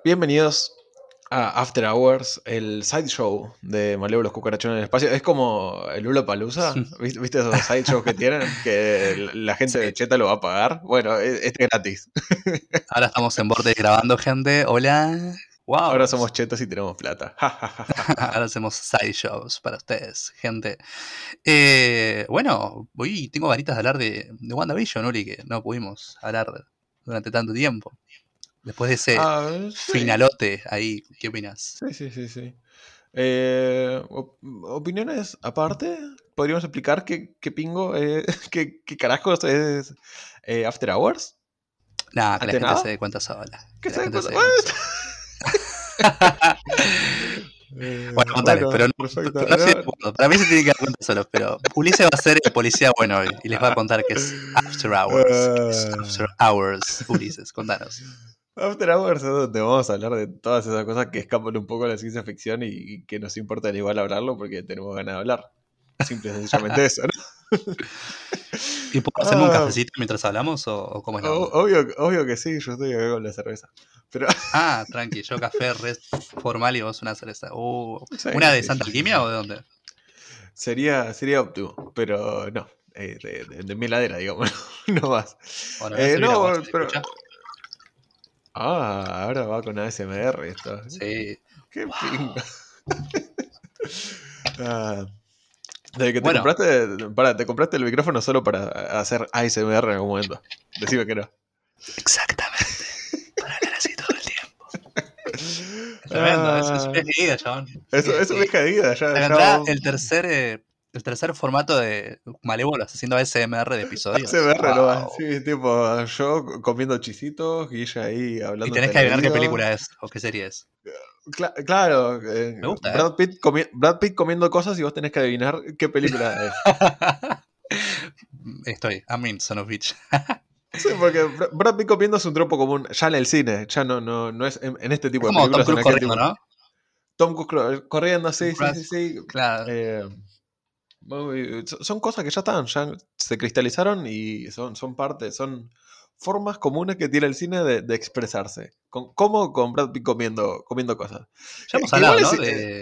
Bienvenidos a After Hours, el sideshow de Malévolos Cucarachones en el Espacio. Es como el Lollapalooza. ¿Viste esos sideshows que tienen? Que la gente de Sí. Cheta lo va a pagar. Bueno, este es gratis. Ahora estamos en Vortex grabando, gente. Hola. Wow. Ahora somos chetos y tenemos plata. Ahora hacemos side shows para ustedes, gente. Bueno, hoy tengo ganitas de hablar de WandaVision, Uri, que no pudimos hablar durante tanto tiempo. Después de ese Sí. finalote ahí, ¿qué opinas? Sí. Opiniones aparte, podríamos explicar qué pingo, qué carajos es After Hours. Nada, que la ¿Ante gente nada? se dé cuenta sola. ¿Qué Que la se gente den se cuenta? dé cuenta sola. Bueno, contale, pero perfecto. no estoy de acuerdo. Para mí se tiene que dar cuenta solo, pero Ulises va a ser el policía bueno hoy y les va a contar que es After Hours. Que es After Hours, Ulises, contanos. After Hours es donde vamos a hablar de todas esas cosas que escapan un poco de la ciencia ficción y que nos importan igual hablarlo porque tenemos ganas de hablar. Simple y sencillamente eso, ¿no? ¿Y puedo hacerme un cafecito mientras hablamos o cómo es la onda? Obvio que sí, yo estoy acá con la cerveza. Pero Tranqui, yo café red formal y vos una cerveza. sí, ¿Una de sí, Santa sí, sí, Alquimia sí. o de dónde? Sería óptimo, pero no. De mi heladera, digamos. No más. Bueno, voy a servir a vos, ¿se Pero. escucha? Ahora va con ASMR esto. Sí. Qué Wow. pinga. Desde que te Bueno, compraste. Te compraste el micrófono solo para hacer ASMR en algún momento. Decime que no. exactamente. Para hablar así todo el tiempo. Tremendo, es un viaje de ida, chabón. Es un viaje de vida. Ya Acá el tercer formato de Malévolos haciendo ASMR de episodio. ASMR no va. Wow. Sí, tipo, yo comiendo chisitos, Guilla ahí Y hablándote tenés al que adivinar qué oído. película es o qué serie es. Claro, Me gusta, Brad Pitt comiendo cosas y vos tenés que adivinar qué película es. I'm in, son of bitch. Sí, porque Brad Pitt comiendo es un tropo común ya en el cine, ya no es en este Es tipo de como Tom películas, en Cruise aquel corriendo, tipo. ¿no? Tom Cruise corriendo, sí. Claro. Son cosas que ya están, ya se cristalizaron y son parte, son formas comunes que tiene el cine de expresarse. ¿Cómo con Brad Pitt comiendo cosas? Ya hemos Que igual hablado, es, ¿no?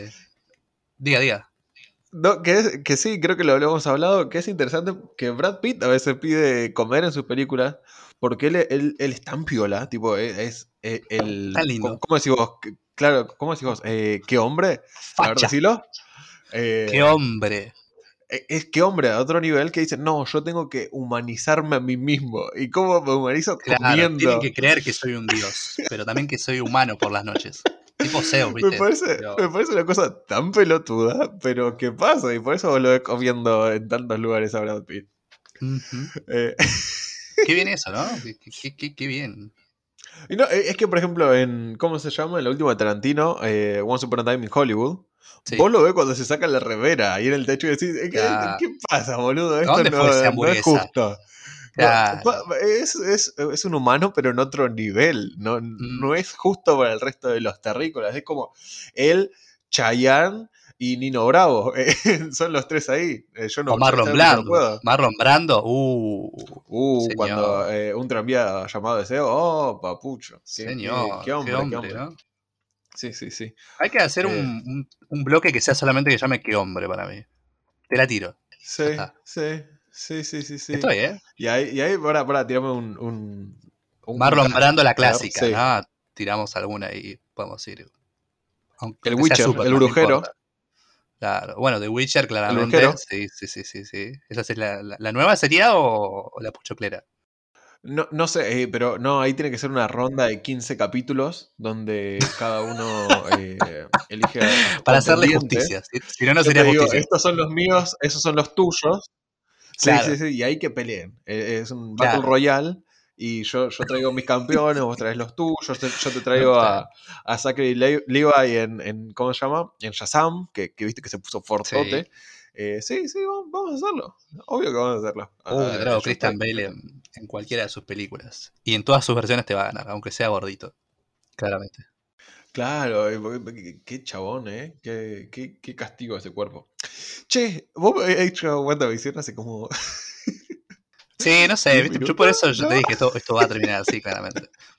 Diga. no, que sí, creo que lo habíamos hablado, que es interesante que Brad Pitt a veces pide comer en sus películas porque él es tan piola, tipo, Tan lindo. ¿cómo decís vos? Claro, ¿cómo decís vos? ¿Qué hombre? A ver, Facha. decilo. Qué Eh, hombre. es que hombre a otro nivel que dice, no, yo tengo que humanizarme a mí mismo. ¿Y cómo me humanizo? Claro, tienen Comiendo. que creer que soy un dios, pero también que soy humano por las noches. Tipo Zeus, Me ¿viste? parece, Pero, me parece una cosa tan pelotuda, pero ¿qué pasa? Y por eso lo ves comiendo en tantos lugares a Brad Pitt. uh-huh. Eh, Qué bien eso, ¿no? Qué bien. y no, es que, por ejemplo, ¿cómo se llama? En la última de Tarantino, Once Upon a Time in Hollywood, Sí. vos lo ves cuando se saca la remera ahí en el techo y decís, ¿qué pasa, boludo? Esto ¿Dónde fue esa no es hamburguesa? justo. No, Claro. es un humano, pero en otro nivel. No es justo para el resto de los terrícolas. Es como él, Chayanne y Nino Bravo. Son los tres ahí. O Yo Marlon directamente no Brando. puedo. Marlon Brando, Cuando señor. un tranvía llamado Deseo. Oh, papucho. Qué Señor, qué hombre, qué hombre, hombre. ¿no? Sí. Hay que hacer Eh, un bloque que sea solamente que llame qué hombre para mí. Te la tiro. Ya sí, está. sí. Estoy, ¿eh? Y ahí para tirarme un Marlon track. Brando, la A ver, clásica, sí. ¿no? Tiramos alguna y podemos ir. El Aunque sea Witcher, el Superman, no brujero. importa. Claro. Bueno, The Witcher, El claramente. brujero. Sí. ¿Esa es la nueva sería o la puchoclera? No sé, pero no, ahí tiene que ser una ronda de 15 capítulos donde cada uno elige a su Para hacerle contendiente. justicia. Si no, no Yo te sería digo, justicia. estos son los míos, esos son los tuyos. Sí, Claro, y ahí que peleen. Es un Battle claro. Royale y yo traigo mis campeones, vos traes los tuyos, yo te Me traigo gusta. a Zachary Levi ¿cómo se llama? En Shazam, que viste que se puso Sí. fortote. Sí, vamos a hacerlo. Obvio que vamos a hacerlo. Te traigo Yo estoy. Christian Bale en cualquiera de sus películas. Y en todas sus versiones te va a ganar, aunque sea gordito. Claramente. Claro, qué chabón, ¿eh? Qué castigo ese cuerpo. Che, vos me habéis hecho WandaVision hace como Sí, no sé, 10 ¿viste? Yo por minutos, eso yo te ¿no? dije, esto va a terminar así, claramente.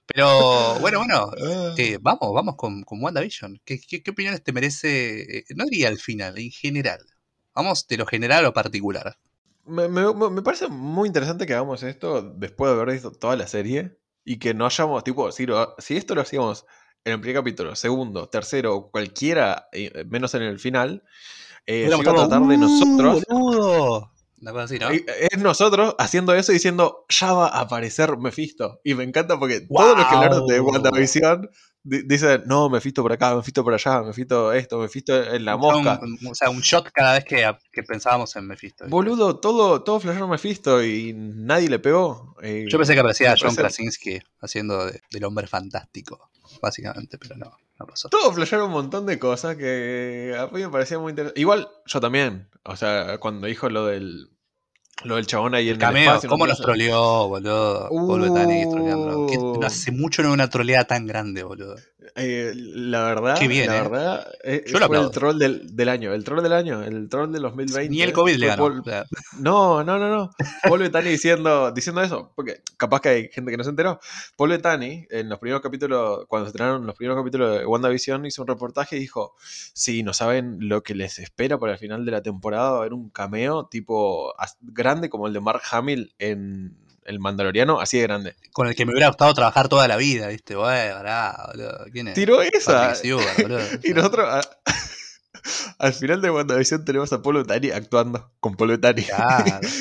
Pero bueno, Ah. vamos con WandaVision. ¿Qué opiniones te merece? No diría el final, en general. Vamos de lo general a lo particular. Me parece muy interesante que hagamos esto después de haber visto toda la serie y que no hayamos, tipo, si esto lo hacíamos en el primer capítulo, segundo, tercero, cualquiera, menos en el final, se Hubiéramos iba a estado, tratar de nosotros. boludo. Una cosa así, ¿no? Es nosotros haciendo eso y diciendo, ya va a aparecer Mephisto. Y me encanta porque todos los que hablaron de ¡Wow! WandaVision dicen, no, Mephisto por acá, Mephisto por allá, Mephisto esto, Mephisto en la mosca. O sea, un shot cada vez que pensábamos en Mephisto, ¿viste? Boludo, todo flashearon Mephisto y nadie le pegó. Yo pensé que aparecía Me John parece. Krasinski haciendo del hombre fantástico, básicamente, pero no pasó. Todos flashearon un montón de cosas que a mí me parecía muy interesante. Igual yo también. O sea, cuando dijo lo del chabón ahí El en el cameo, espacio, en un ¿cómo nos plazo. troleó, boludo? Paul Bettany troleándolo. Hace mucho no veo una troleada tan grande, boludo. Qué bien, La ¿eh? verdad, Yo lo fue el aplaudo. troll del año. El troll del año, el troll del Ni el 2020 COVID le fue ganó. Paul. O sea, No. Paul Bettany diciendo eso, porque capaz que hay gente que no se enteró. Paul Bettany, en los primeros capítulos, cuando se estrenaron los primeros capítulos de WandaVision, hizo un reportaje y dijo: sí, no saben lo que les espera para el final de la temporada. Va a haber un cameo tipo grande como el de Mark Hamill en El Mandaloriano, así de grande. con el que me hubiera gustado trabajar toda la vida, ¿viste? Bueno, pará, boludo. ¿Quién es? Tiró Patrick esa. Stewart, boludo. O Y sea, nosotros, al final de WandaVision tenemos a Paul Bettany actuando con Paul Bettany. claro.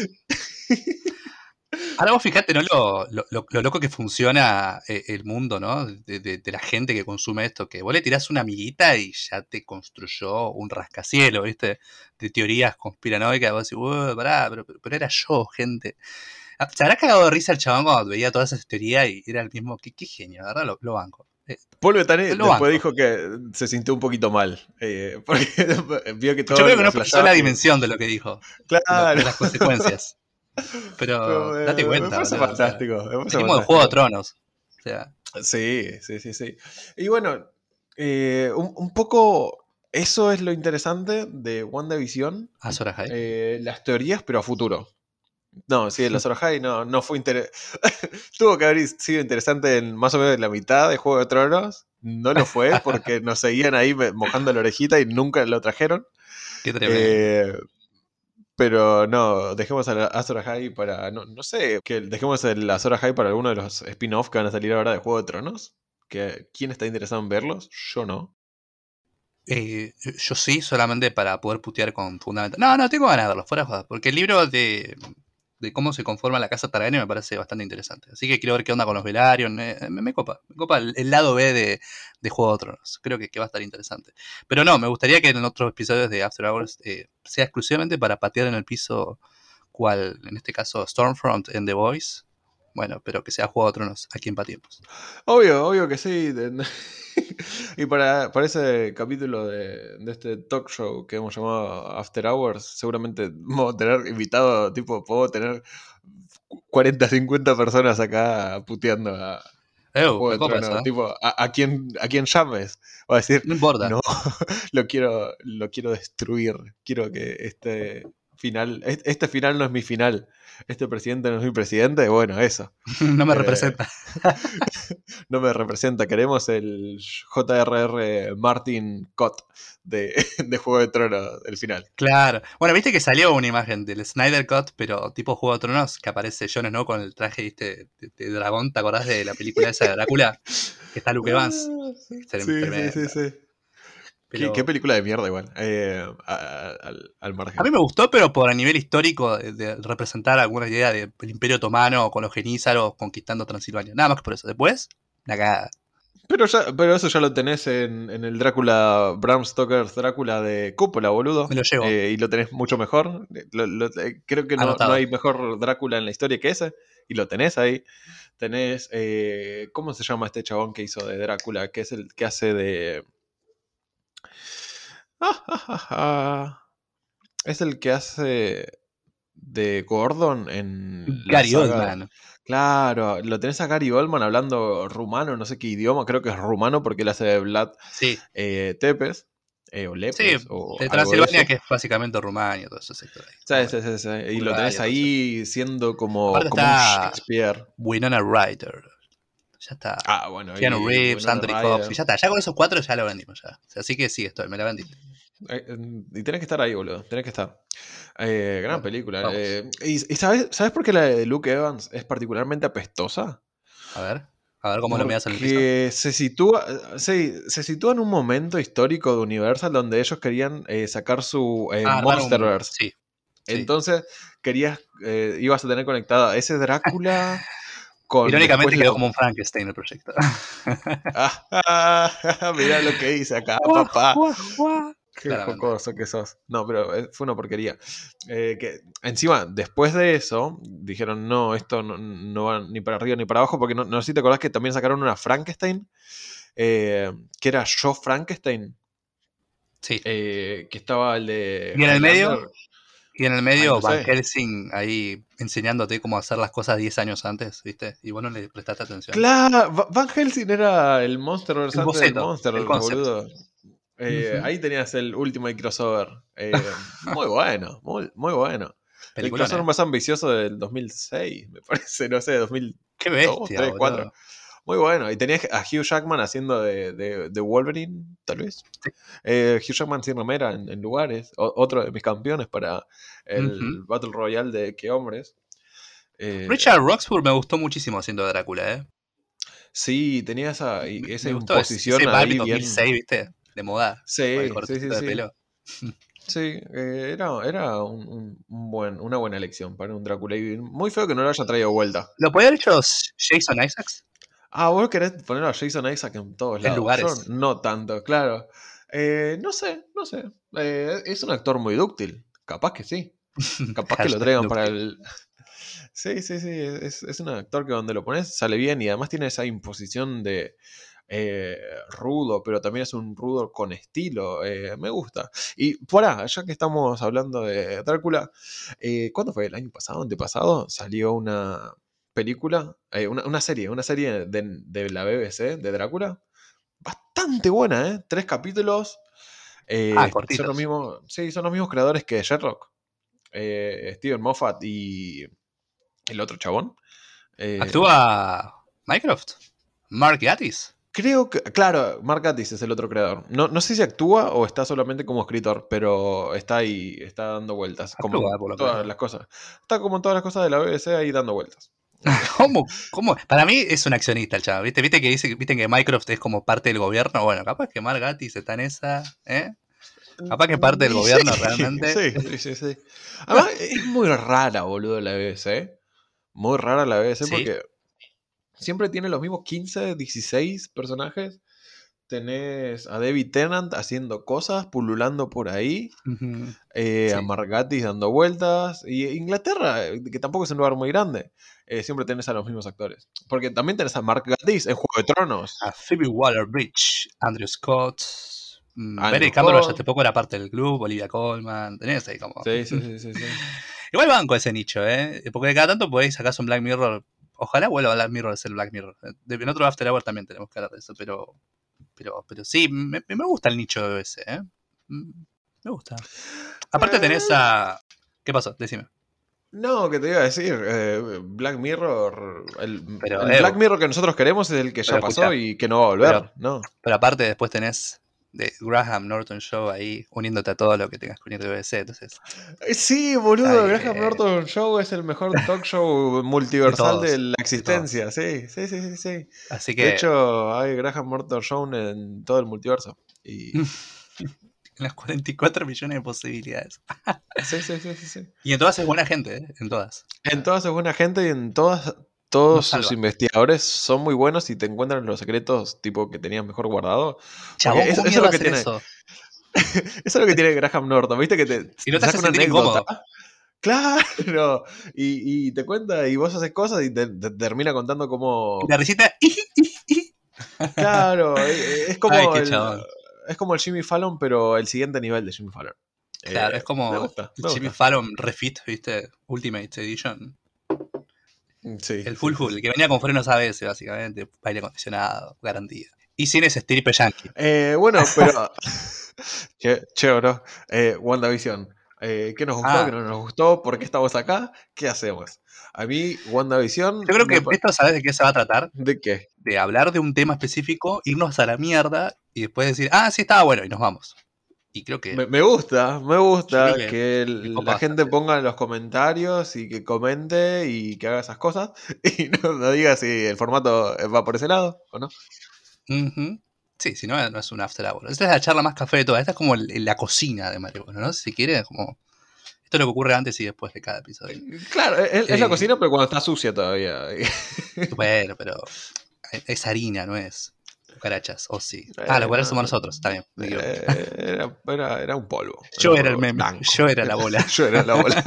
Ahora vos fijate, ¿no? Lo loco que funciona el mundo, ¿no? De la gente que consume esto, que vos le tirás una amiguita y ya te construyó un rascacielos, ¿viste? De teorías conspiranoicas, vos decís, pará, pero era yo, gente. ¿Se habrá cagado de risa el chabón cuando veía todas esas teorías y era el mismo? Qué genio, la ¿verdad? Lo banco. Paul Bettany Lo después banco. dijo que se sintió un poquito mal. Porque vio que Yo todo creo que lo no procesó la flashaban y. dimensión de lo que dijo, Claro. de las consecuencias. Pero date Pero me cuenta, parece boludo. O sea, fantástico. Me parece venimos de Juego de fantástico. Tronos. O sea, Sí. Y bueno, un poco eso es lo interesante de WandaVision. Azor Ahai. Las teorías, pero a futuro. No, sí, el Azor Ahai no fue interesante. Tuvo que haber sido interesante en más o menos la mitad de Juego de Tronos. No lo fue porque nos seguían ahí mojando la orejita y nunca lo trajeron. Qué tremendo. Eh, pero no, dejemos al Azor Ahai para. No sé, que dejemos el Azor Ahai para alguno de los spin-offs que van a salir ahora de Juego de Tronos. ¿Quién está interesado en verlos? Yo no. Yo sí, solamente para poder putear con fundamental. No, tengo ganas de verlo, fuera de joda. Porque el libro de cómo se conforma la casa Targaryen me parece bastante interesante. Así que quiero ver qué onda con los Velaryon. Me copa. Me copa el lado B de Juego de Tronos. Creo que va a estar interesante. Pero no, me gustaría que en otros episodios de After Hours sea exclusivamente para patear en el piso, cual en este caso Stormfront en The Voice. Bueno, pero que sea Juego de Tronos aquí en Patiempos. Obvio que sí. Y para ese capítulo de este talk show que hemos llamado After Hours, seguramente vamos a tener invitado, tipo, puedo tener 40, 50 personas acá puteando a Juego Me de copa eso, Tronos, ¿eh? tipo, a quien llames. Va a decir, No importa. no, lo quiero destruir. Quiero que este final no es mi final. Este presidente no es mi presidente. Bueno, eso. No me Eh, representa. no me representa. Queremos el J.R.R. Martin Cott de Juego de Tronos, el final. Claro. Bueno, viste que salió una imagen del Snyder Cut, pero tipo Juego de Tronos, que aparece Jon Snow con el traje, ¿viste? De dragón. ¿Te acordás de la película esa de Drácula? Que está Luke Evans. Sí. Tremenda. ¿Qué Pero película de mierda igual. Al a mí margen. me gustó, pero por a nivel histórico, de representar alguna idea del Imperio Otomano con los genízaros conquistando Transilvania. Nada más que por eso. Después, la cagada. Pero eso ya lo tenés en el Drácula, Bram Stoker's Drácula de Coppola, Me boludo. lo llevo. Y lo tenés mucho mejor. Creo que no Anotado. hay mejor Drácula en la historia que ese. Y lo tenés ahí. Tenés. ¿Cómo se llama este chabón que hizo de Drácula? Que es el que hace de. Es el que hace de Gordon en la Gary saga. Oldman. Claro, lo tenés a Gary Oldman hablando rumano, no sé qué idioma, creo que es rumano porque él hace de Vlad Sí. Tepes, o Sí, Lepes, o de algo de Transilvania, que eso. es básicamente Rumania, todo ese sector ahí. Sí, Bueno, sí. Y lo tenés Bulgaria, todo eso. ahí siendo como Aparte un está Shakespeare. Winona Ryder. Ya está. Ah, bueno, Keanu y Reeves, Winona Anthony Hopkins, Ryder. ya está. Ya con esos 4 ya lo vendimos ya. O sea, así que sí, me la vendiste. Y tenés que estar ahí, boludo. Tenés que estar. Gran Bueno, película. vamos. ¿Y sabes por qué la de Luke Evans es particularmente apestosa? A ver cómo lo miras en el piso. Porque se sitúa en un momento histórico de Universal donde ellos querían sacar su Armar un. Monsterverse. Sí, sí. Entonces ibas a tener conectada a ese Drácula con después Irónicamente quedó como un Frankenstein el proyecto. Mirá lo que hice acá, Guau, papá. guau, guau. Qué Claramente. jocoso que sos. No, pero fue una porquería. Que encima, después de eso, dijeron, no, esto no va ni para arriba ni para abajo, porque no sé si te acordás que también sacaron una Frankenstein, que era Yo Frankenstein, Sí. que estaba el de Y en el Highlander. medio, y en el Ay, medio no Van sé. Helsing ahí enseñándote cómo hacer las cosas 10 años antes, ¿viste? Y vos no le prestaste atención. Claro, Van Helsing era el Monsterverse El antes del boceto, el Monsterverse, concept. boludo. Ujú. Ahí tenías el Ultimate Crossover. Muy bueno, muy bueno. El Peliculón, crossover más ambicioso del 2006, me parece, no sé, 2002, Qué bestia, 3, 4. boludo. Muy bueno. Y tenías a Hugh Jackman haciendo de Wolverine, tal vez. Sí. Hugh Jackman sin remera en lugares. Otro de mis campeones para Ujú. el Battle Royale de Qué Hombres. Richard Roxburgh me gustó muchísimo haciendo Drácula, ¿eh? Sí, tenía esa Me gustó ese imposición Barbie ahí bien. 2006, ¿viste? De moda, con el Sí, sí, sí, cortecito de sí. pelo. Sí, era una buena elección para un Drácula. Y muy feo que no lo haya traído de vuelta. ¿Lo podía haber hecho Jason Isaacs? Ah, vos querés poner a Jason Isaac en todos En lados. Yo lugares. no tanto, claro. No sé, no sé. Es un actor muy dúctil. Capaz que sí. Capaz que lo Hashtag traigan para dúctil. el. Sí, sí, sí. Es un actor que donde lo pones sale bien y además tiene esa imposición de rudo, pero también es un rudo con estilo. Me gusta. Y por ahí, ya que estamos hablando de Drácula, ¿cuándo fue? ¿El año pasado? ¿Antepasado? Salió una película, una serie de la BBC de Drácula. Bastante buena, ¿eh? 3 capítulos. Son los Cortitos. mismos, sí, son los mismos creadores que Sherlock. Steven Moffat y el otro chabón. Eh, Actúa Mycroft. Mark Gatiss. Creo que, claro, Mark Gatiss es el otro creador. No sé si actúa o está solamente como escritor, pero está ahí, está dando vueltas, como Actúa, en por lo que todas veo. las cosas. Está como en todas las cosas de la BBC ahí dando vueltas. ¿Cómo? ¿Cómo? Para mí es un accionista el chaval, ¿viste? ¿Viste que Mycroft es como parte del gobierno? Bueno, capaz que Mark Gatiss está en esa, ¿eh? Capaz que parte del Y sí, gobierno realmente. sí, sí, sí, sí. Además, es muy rara, boludo, la BBC. Muy rara la BBC Sí. porque siempre tiene los mismos 15, 16 personajes. Tenés a David Tennant haciendo cosas, pululando por ahí. Ujú. A Sí. Mark Gatiss dando vueltas. Y Inglaterra, que tampoco es un lugar muy grande, siempre tenés a los mismos actores. Porque también tenés a Mark Gatiss en Juego de Tronos. A Phoebe Waller-Bridge, Andrew Scott, Andrew Benedict Cumberbatch Scott. hasta poco era parte del club, Olivia Colman, tenés ahí como... Sí, sí, sí, sí, sí. Igual banco ese nicho, ¿eh? Porque de cada tanto podéis sacar un Black Mirror. Ojalá vuelva a Black Mirror a ser Black Mirror. En otro After Hour también tenemos que hablar de eso, pero sí, me gusta el nicho de ese, ¿eh? Me gusta. Aparte tenés Eh, a... ¿Qué pasó? Decime. no, que te iba a decir, Black Mirror, Pero, el Black Mirror que nosotros queremos es el que ya pasó escucha, y que no va a pero, volver, ¿no? pero aparte después tenés de Graham Norton Show ahí uniéndote a todo lo que tengas que unir de BBC, entonces Sí, boludo, hay Graham Norton Show es el mejor talk show de multiversal de todos, la de todos. existencia, sí, sí, sí, sí, sí. Así De que hecho, hay Graham Norton Show en todo el multiverso. Y las 44 millones de posibilidades. sí, sí, sí, sí, sí. Y en todas es buena gente, ¿eh? En todas. En todas es buena gente y en todas, No todos sus salva. investigadores son muy buenos y te encuentran los secretos tipo que tenías mejor guardado. Porque Chabón, ¿cómo eso es mierda lo que hacer tiene. eso? Eso es lo que tiene Graham Norton, ¿viste? Que Y no te te hace saca una sentir anécdota. incómodo. Claro. Y te cuenta y vos haces cosas y te termina contando Y cómo. la risita. Claro, Ay, qué chabón. es como el Jimmy Fallon, pero el siguiente nivel de Jimmy Fallon. Claro, es Me como gusta, el me Jimmy gusta. Fallon Refit, ¿viste? Ultimate Edition. Sí, El sí, full sí, full, sí. que venía con frenos ABS, básicamente. Aire acondicionado, garantía. Y sin ese estirpe yankee. Bueno, pero. Che, bro. WandaVision. ¿Qué nos gustó? ¿Qué Ah, no nos gustó? ¿Por qué estamos acá? ¿Qué hacemos? A mí, WandaVision, yo creo que esto, ¿sabes de qué se va a tratar? ¿de qué? De hablar de un tema específico, irnos a la mierda y después decir, ah, sí, estaba bueno, y nos vamos. Y creo que, Me gusta, me yo creo gusta que que me copa la gente bastante. ponga en los comentarios y que comente y que haga esas cosas y no diga si el formato va por ese lado o no. Ujú. Sí, si no, no es un after hour. Esta es la charla más café de todas. Esta es como la cocina de Mario, ¿no? Si quiere, como... Esto es lo que ocurre antes y después de cada episodio. Claro, es la Eh, cocina, pero cuando está sucia todavía. bueno, pero es harina, no es cucarachas. O sí. Ah, los cucarachas No, somos nosotros. Está bien, me equivoqué. era un polvo. Era Yo un era el polvo meme. blanco. Yo era la bola. Yo era la bola.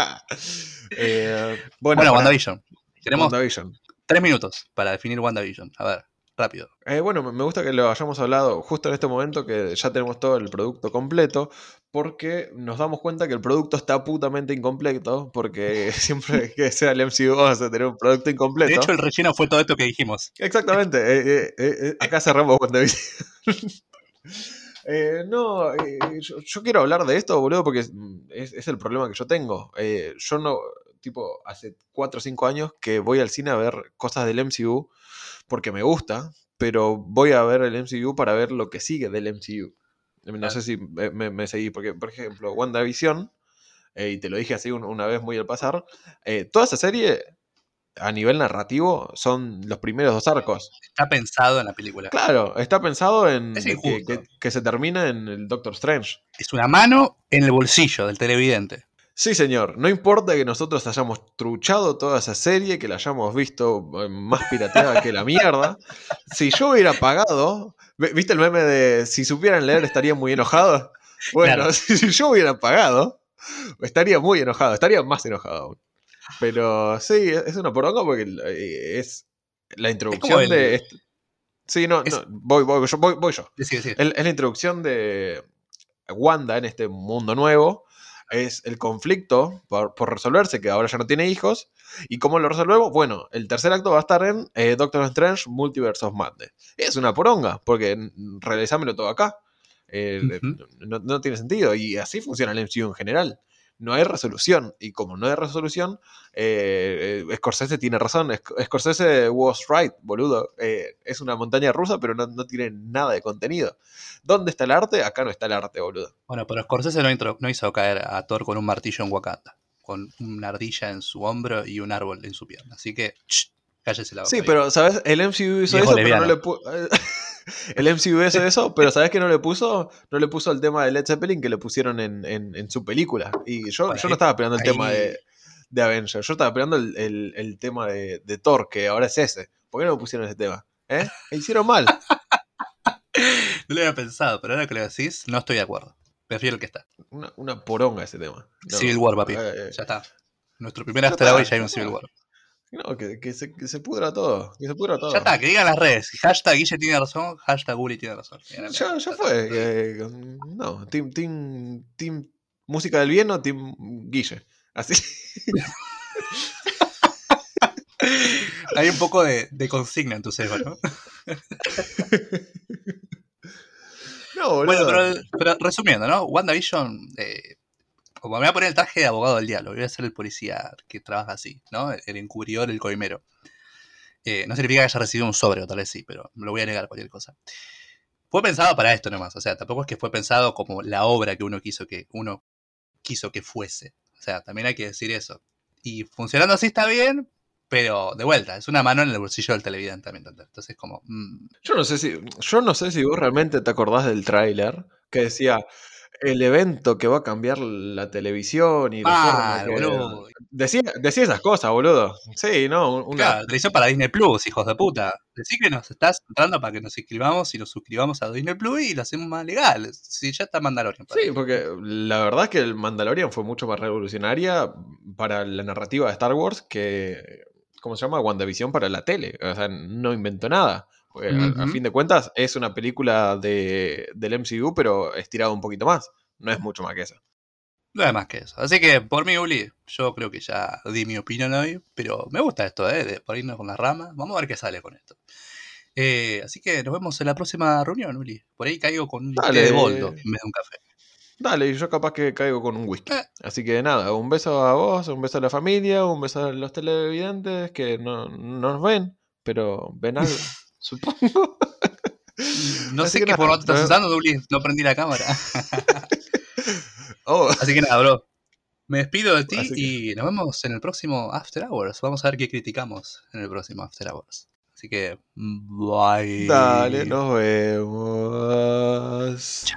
Bueno, Bueno, para WandaVision. Tenemos WandaVision. 3 minutos para definir WandaVision. A ver, rápido. Bueno, me gusta que lo hayamos hablado justo en este momento que ya tenemos todo el producto completo, porque nos damos cuenta que el producto está putamente incompleto, porque siempre que sea el MCU vamos a tener un producto De hecho, incompleto. el relleno fue todo esto que dijimos. Exactamente, acá cerramos WandaVision. No, yo quiero hablar de esto, boludo, porque es el problema que yo tengo. Yo no, tipo, hace 4 o 5 años que voy al cine a ver cosas del MCU porque me gusta, pero voy a ver el MCU para ver lo que sigue del MCU. No sé Claro. si me seguí, porque, por ejemplo, WandaVision, y te lo dije así una vez muy al pasar, toda esa serie a nivel narrativo son los primeros 2 arcos. Está pensado en la película. Claro, está pensado en Es injusto. que se termina en el Doctor Strange. Es una mano en el bolsillo del televidente. Sí, señor, no importa que nosotros hayamos truchado toda esa serie, que la hayamos visto más pirateada que la mierda. Si yo hubiera pagado, ¿viste el meme de si supieran leer estaría muy enojado? Claro. Bueno, si yo hubiera pagado, estaría muy enojado, estaría más enojado aún. Pero sí, es una poronga porque es la Es como introducción de... el. Sí, no, Es, no, voy yo. decir. Es la introducción de Wanda en este mundo nuevo. Es el conflicto por resolverse, que ahora ya no tiene hijos. ¿Y cómo lo resolvemos? Bueno, el tercer acto va a estar en Doctor Strange Multiverse of Madness. Es una poronga, porque realizámelo todo acá. Ujú. No tiene sentido. Y así funciona el MCU en general. No hay resolución. Y como no hay resolución, Scorsese tiene razón. Scorsese was right, boludo. Es una montaña rusa, pero no tiene nada de contenido. ¿Dónde está el arte? Acá no está el arte, boludo. Bueno, pero Scorsese no hizo caer a Thor con un martillo en Wakanda. Con una ardilla en su hombro y un árbol en su pierna. Así que, cállese la boca, Sí, viejo. pero, ¿sabes? El MCU hizo Viejo eso, pero no lesbiano. le puso... El MCU hizo eso, pero ¿sabes qué no le puso? No le puso el tema de Led Zeppelin que le pusieron en su película. Y Bueno, yo no estaba esperando el tema ahí de Avengers. Yo estaba esperando el tema de Thor, que ahora es ese. ¿Por qué no me pusieron ese tema? ¿Eh? Me hicieron mal. no lo había pensado, pero ahora que lo decís, no estoy de acuerdo. Prefiero el que está. Una poronga ese tema. Civil No, War, papi. Ya está. Nuestro primer ya after hour y está, ya hay ya un Civil está. War. No, que se pudra todo. Que se pudra Ya todo. está, que digan las redes. Hashtag Guille tiene razón, hashtag Gulli tiene razón. Bien, bien, Ya ya está, fue. lo dije. No, team música del bien o Team Guille. Así. Hay un poco de consigna en tu cerebro, ¿no? No, Bueno, boludo. pero resumiendo, ¿no? WandaVision, como me voy a poner el traje de abogado del diablo, voy a ser el policía que trabaja así, ¿no? El encubridor, el coimero. No significa que haya recibido un sobre, o tal vez sí, pero me lo voy a negar cualquier cosa. Fue pensado para esto nomás, o sea, tampoco es que fue pensado como la obra que uno quiso que fuese. O sea, también hay que decir eso. Y funcionando así está bien, pero de vuelta, es una mano en el bolsillo del televidente también. Entonces, como. Yo no sé si vos realmente te acordás del tráiler que decía el evento que va a cambiar la televisión y la forma Mal, que. boludo. Decía esas cosas, boludo. Sí, no, Claro, televisión para Disney Plus, hijos de puta. Decí que nos estás entrando para que nos inscribamos y nos suscribamos a Disney Plus y lo hacemos más legal. Si ya está Mandalorian para Sí, ahí. porque la verdad es que el Mandalorian fue mucho más revolucionaria para la narrativa de Star Wars que, ¿cómo se llama? WandaVision para la tele. O sea, no inventó nada. Porque a Ujú. fin de cuentas es una película del MCU, pero estirado un poquito más. No es mucho más que eso. No hay más que eso. Así que por mí, Uli, yo creo que ya di mi opinión hoy, pero me gusta esto, de por irnos con las ramas. Vamos a ver qué sale con esto. Así que nos vemos en la próxima reunión, Uli. Por ahí caigo con un té de boldo Dale, en vez de un café. Dale, y yo capaz que caigo con un whisky. Eh, Así que nada, un beso a vos, un beso a la familia, un beso a los televidentes que no nos ven, pero ven algo, supongo. no Así sé que qué nada, formato estás usando, Duli. No prendí la cámara. oh, Así que nada, bro. Me despido de ti así que y nos vemos en el próximo After Hours. Vamos a ver qué criticamos en el próximo After Hours. Así que, dale, bye. nos vemos.